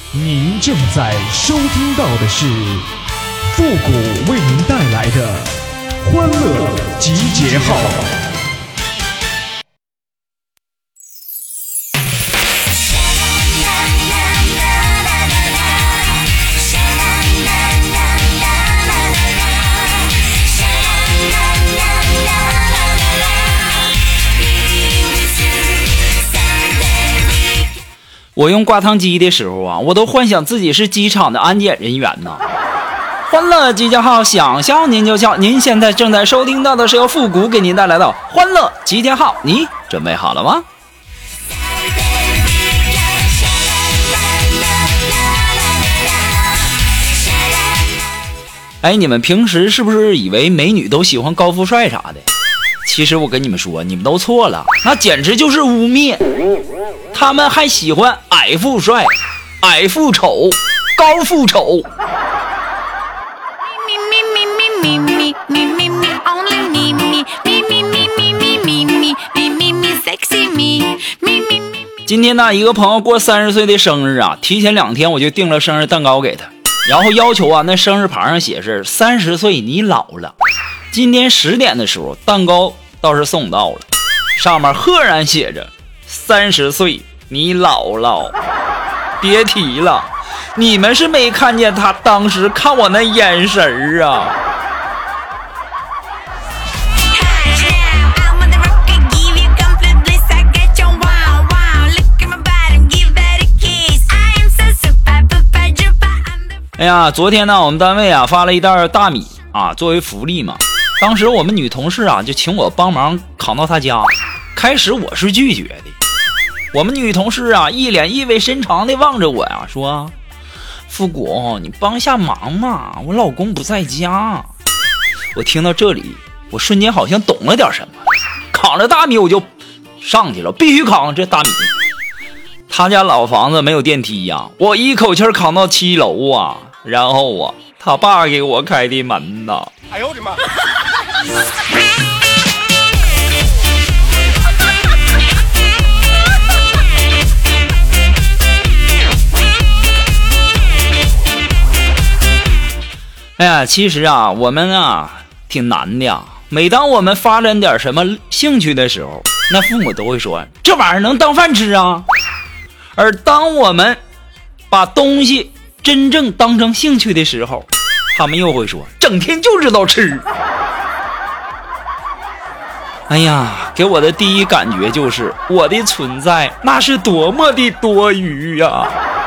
您正在收听到的是复古为您带来的欢乐集结号。 我用挂烫机的时候啊，我都幻想自己是机场的安检人员呢。欢乐集结号，想笑您就笑。您现在正在收听到的是由复古给您带来的欢乐集结号，你准备好了吗？哎，你们平时是不是以为美女都喜欢高富帅啥的？其实我跟你们说，你们都错了，那简直就是污蔑。他们还喜欢矮富帅、矮富丑、高富丑。今天呢，一个朋友过30岁的生日啊，提前2天我就订了生日蛋糕给他，然后要求啊，那生日牌上写是30岁你老了。今天10点的时候，蛋糕倒是送到了，上面赫然写着30岁你老了。别提了，你们是没看见他当时看我那眼神啊。哎呀，昨天呢，我们单位啊发了一袋大米啊，作为福利嘛。当时我们女同事啊就请我帮忙扛到她家，开始我是拒绝的。我们女同事啊一脸意味深长地望着我呀，说：“复古，你帮下忙嘛，我老公不在家。”我听到这里，我瞬间好像懂了点什么，扛着大米我就上去了，必须扛这大米。他家老房子没有电梯呀，我一口气扛到7楼啊，然后啊，他爸给我开的门呐。哎呦我的妈！哎呀，其实啊，我们啊挺难的呀。每当我们发展点什么兴趣的时候，那父母都会说这玩意儿能当饭吃啊。而当我们把东西真正当成兴趣的时候，他们又会说整天就知道吃。哎呀，给我的第一感觉就是我的存在那是多么的多余呀。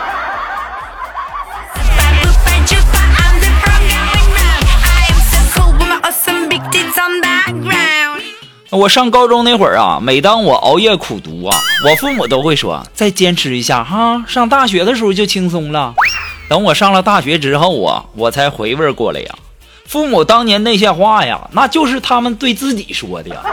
我上高中那会儿啊，每当我熬夜苦读啊，我父母都会说再坚持一下哈，上大学的时候就轻松了。等我上了大学之后啊，我才回味过来呀，父母当年那些话呀，那就是他们对自己说的呀。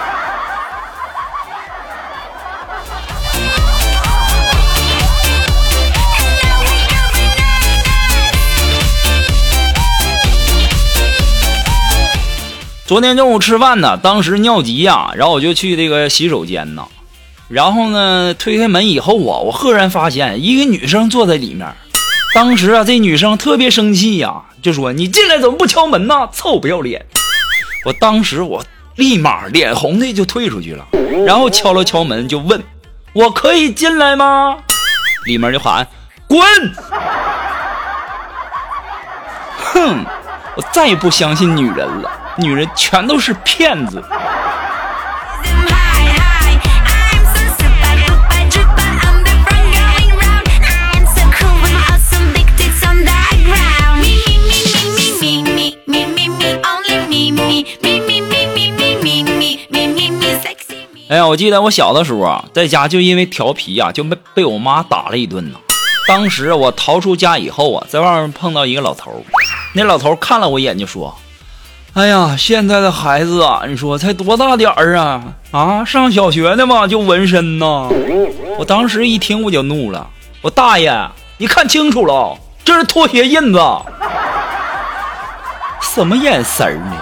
昨天中午吃饭呢，当时尿急呀，然后我就去这个洗手间呢，然后呢推开门以后啊，我赫然发现一个女生坐在里面。当时啊，这女生特别生气呀，就说你进来怎么不敲门呢？臭不要脸！我当时我立马脸红的就退出去了，然后敲了敲门就问我可以进来吗？里面就喊滚！哼，我再也不相信女人了，女人全都是骗子。哎呀，我记得我小的时候啊，在家就因为调皮啊，就被我妈打了一顿呢。当时我逃出家以后啊，在外面碰到一个老头，那老头看了我一眼就说：“哎呀，现在的孩子啊，你说才多大点儿啊？啊，上小学的嘛就纹身呢。”我当时一听我就怒了，我大爷，你看清楚了，这是拖鞋印子，什么眼神呢？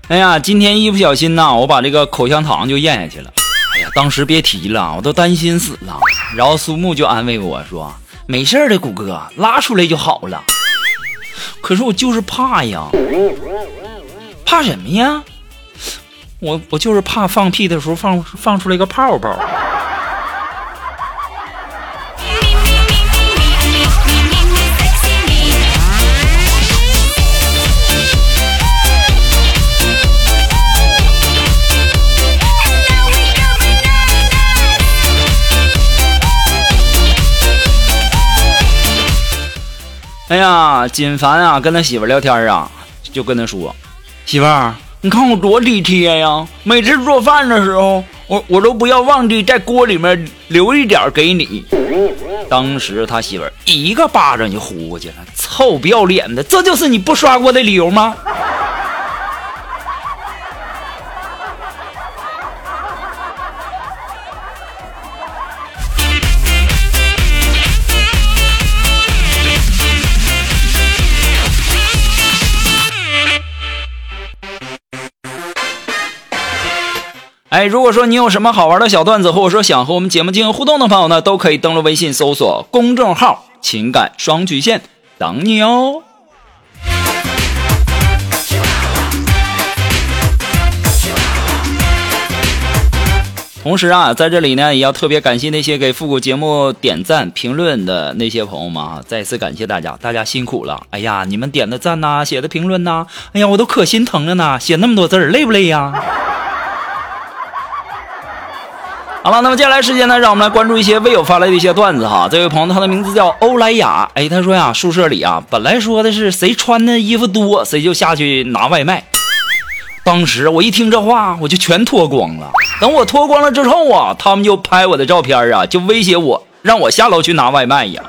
哎呀，今天一不小心呐，我把这个口香糖就咽下去了。哎呀，当时别提了，我都担心死了。然后苏木就安慰我说：“没事的，谷哥，拉出来就好了。”可是我就是怕呀，怕什么呀？我就是怕放屁的时候放出来一个泡泡。哎呀，锦凡啊，跟他媳妇聊天啊，就跟他说：“媳妇儿，你看我多体贴呀！每次做饭的时候，我都不要忘记在锅里面留一点给你。”当时他媳妇儿一个巴掌就呼过去了，臭不要脸的，这就是你不刷锅的理由吗？哎，如果说你有什么好玩的小段子，或者说想和我们节目进行互动的朋友呢，都可以登录微信搜索公众号情感双曲线等你哦。同时啊，在这里呢也要特别感谢那些给复古节目点赞评论的那些朋友们啊，再次感谢大家辛苦了。哎呀，你们点的赞呐，写的评论呐，哎呀，我都可心疼了呢，写那么多字累不累呀？好了，那么接下来时间呢，让我们来关注一些微友发来的一些段子哈。这位朋友他的名字叫欧莱雅，哎，他说呀，宿舍里啊，本来说的是谁穿的衣服多，谁就下去拿外卖。当时我一听这话，我就全脱光了。等我脱光了之后啊，他们就拍我的照片啊，就威胁我，让我下楼去拿外卖呀。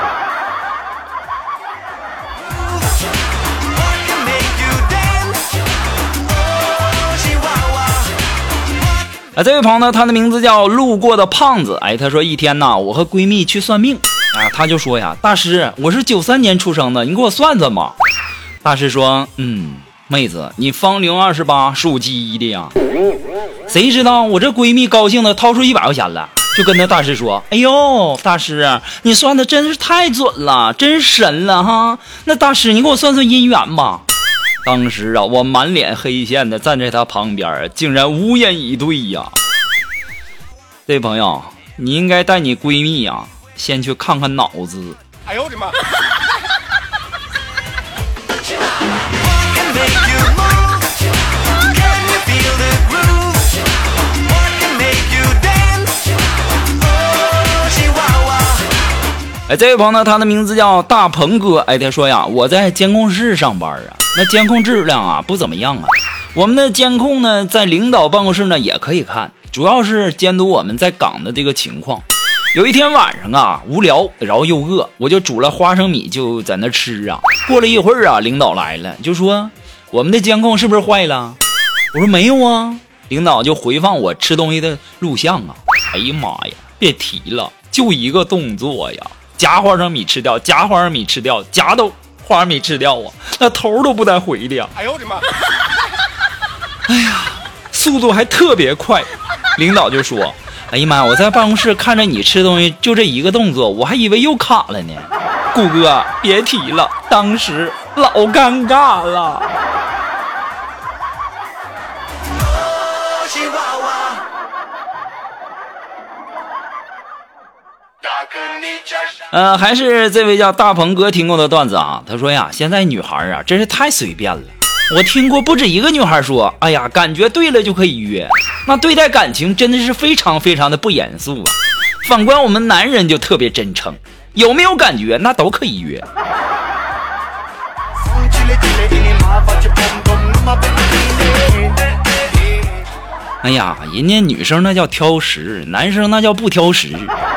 这位朋友呢，他的名字叫路过的胖子。哎，他说一天呢，我和闺蜜去算命啊，他就说呀，大师，我是93年出生的，你给我算算吧。大师说，妹子，你芳龄28，属鸡的呀。谁知道我这闺蜜高兴的掏出100块钱了，就跟那大师说，哎呦，大师，你算的真是太准了，真神了哈。那大师，你给我算算姻缘吧。当时啊，我满脸黑线的站在他旁边，竟然无言以对呀。这位朋友，你应该带你闺蜜啊，先去看看脑子。哎呦我的妈！哎，这位朋友呢，他的名字叫大鹏哥。哎，他说呀，我在监控室上班啊，那监控质量啊不怎么样啊。我们的监控呢，在领导办公室呢也可以看，主要是监督我们在岗的这个情况。有一天晚上啊，无聊然后又饿，我就煮了花生米就在那吃啊。过了一会儿啊，领导来了，就说我们的监控是不是坏了？我说没有啊。领导就回放我吃东西的录像啊。哎呀妈呀，别提了，就一个动作呀。夹花生米吃掉，夹花生米吃掉，夹到花生米吃掉啊，那头都不带回的呀！哎呦我的妈！哎呀，速度还特别快。领导就说：“哎呀妈，我在办公室看着你吃东西，就这一个动作，我还以为又卡了呢。”顾哥，别提了，当时老尴尬了。还是这位叫大鹏哥听过的段子啊。他说呀，现在女孩啊真是太随便了。我听过不止一个女孩说，哎呀，感觉对了就可以约，那对待感情真的是非常非常的不严肃啊。反观我们男人就特别真诚，有没有感觉那都可以约。哎呀，人家女生那叫挑食，男生那叫不挑食。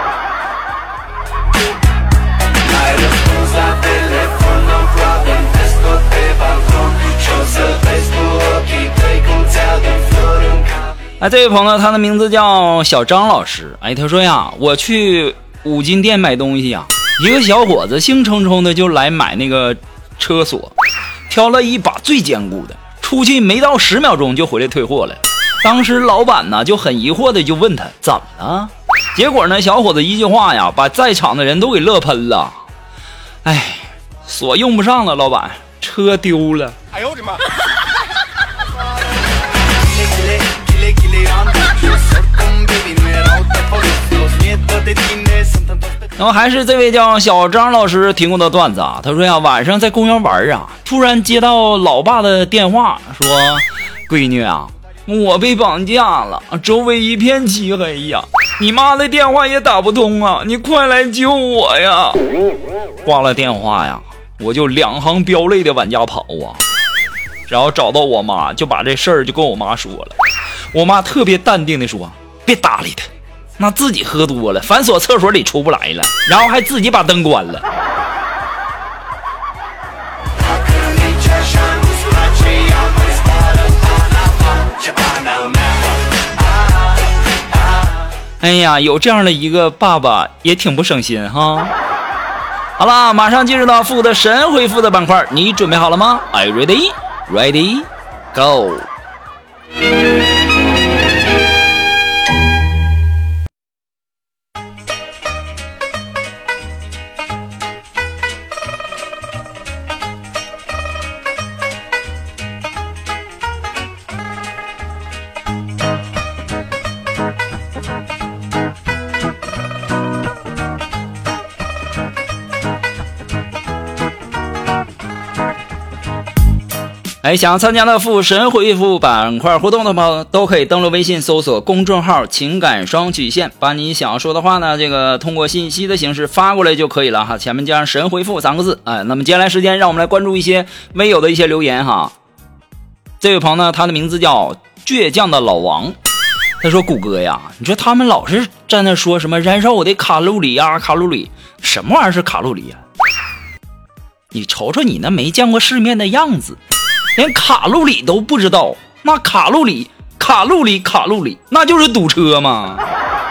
这位朋友他的名字叫小张老师。哎，他说呀，我去五金店买东西呀，一个小伙子兴冲冲的就来买那个车锁，挑了一把最坚固的， 出去没到10秒钟就回来退货了。当时老板呢就很疑惑的就问他怎么了，结果呢小伙子一句话呀把在场的人都给乐喷了。哎，锁用不上了，老板，车丢了。哎呦我的妈！然后还是这位叫小张老师提供的段子啊，他说呀，晚上在公园玩啊，突然接到老爸的电话，说闺女啊，我被绑架了，周围一片漆黑呀，你妈的电话也打不通啊，你快来救我呀。挂了电话呀，我就2行飙泪的往家跑啊，然后找到我妈，就把这事儿就跟我妈说了。我妈特别淡定的说，别搭理他，那自己喝多了，反锁厕所里出不来了，然后还自己把灯关了。哎呀，有这样的一个爸爸也挺不省心哈。好了，马上进入到父的神回复的板块，你准备好了吗？ Are you ready? Ready? Go! 想参加的父神回复板块活动的朋友都可以登录微信搜索公众号情感双曲线，把你想说的话呢通过信息的形式发过来就可以了哈，前面加上神回复3个字。那么接下来时间让我们来关注一些微友的一些留言哈。这位朋友呢，他的名字叫倔强的老王，他说谷歌呀，你说他们老是在那说什么燃烧我的卡路里啊，卡路里，什么玩意儿是卡路里啊？你瞅瞅你那没见过世面的样子，连卡路里都不知道，那卡路里那就是堵车嘛。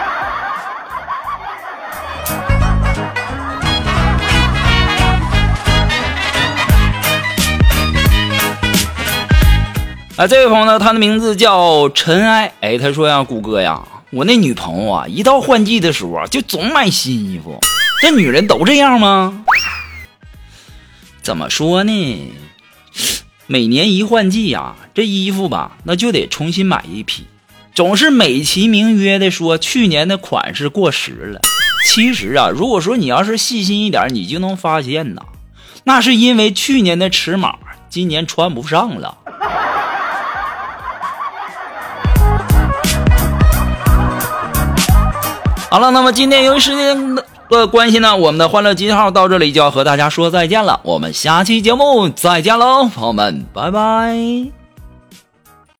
这位朋友呢，他的名字叫尘埃。他说呀，谷歌呀，我那女朋友啊，一到换季的时候啊，就总买新衣服。这女人都这样吗？怎么说呢？每年一换季啊，这衣服吧，那就得重新买一批，总是美其名曰的说去年的款式过时了。其实啊，如果说你要是细心一点，你就能发现呐，那是因为去年的尺码今年穿不上了。好了，那么今天由于时间的关系呢，我们的欢乐集结号到这里就要和大家说再见了，我们下期节目再见喽，朋友们，拜拜。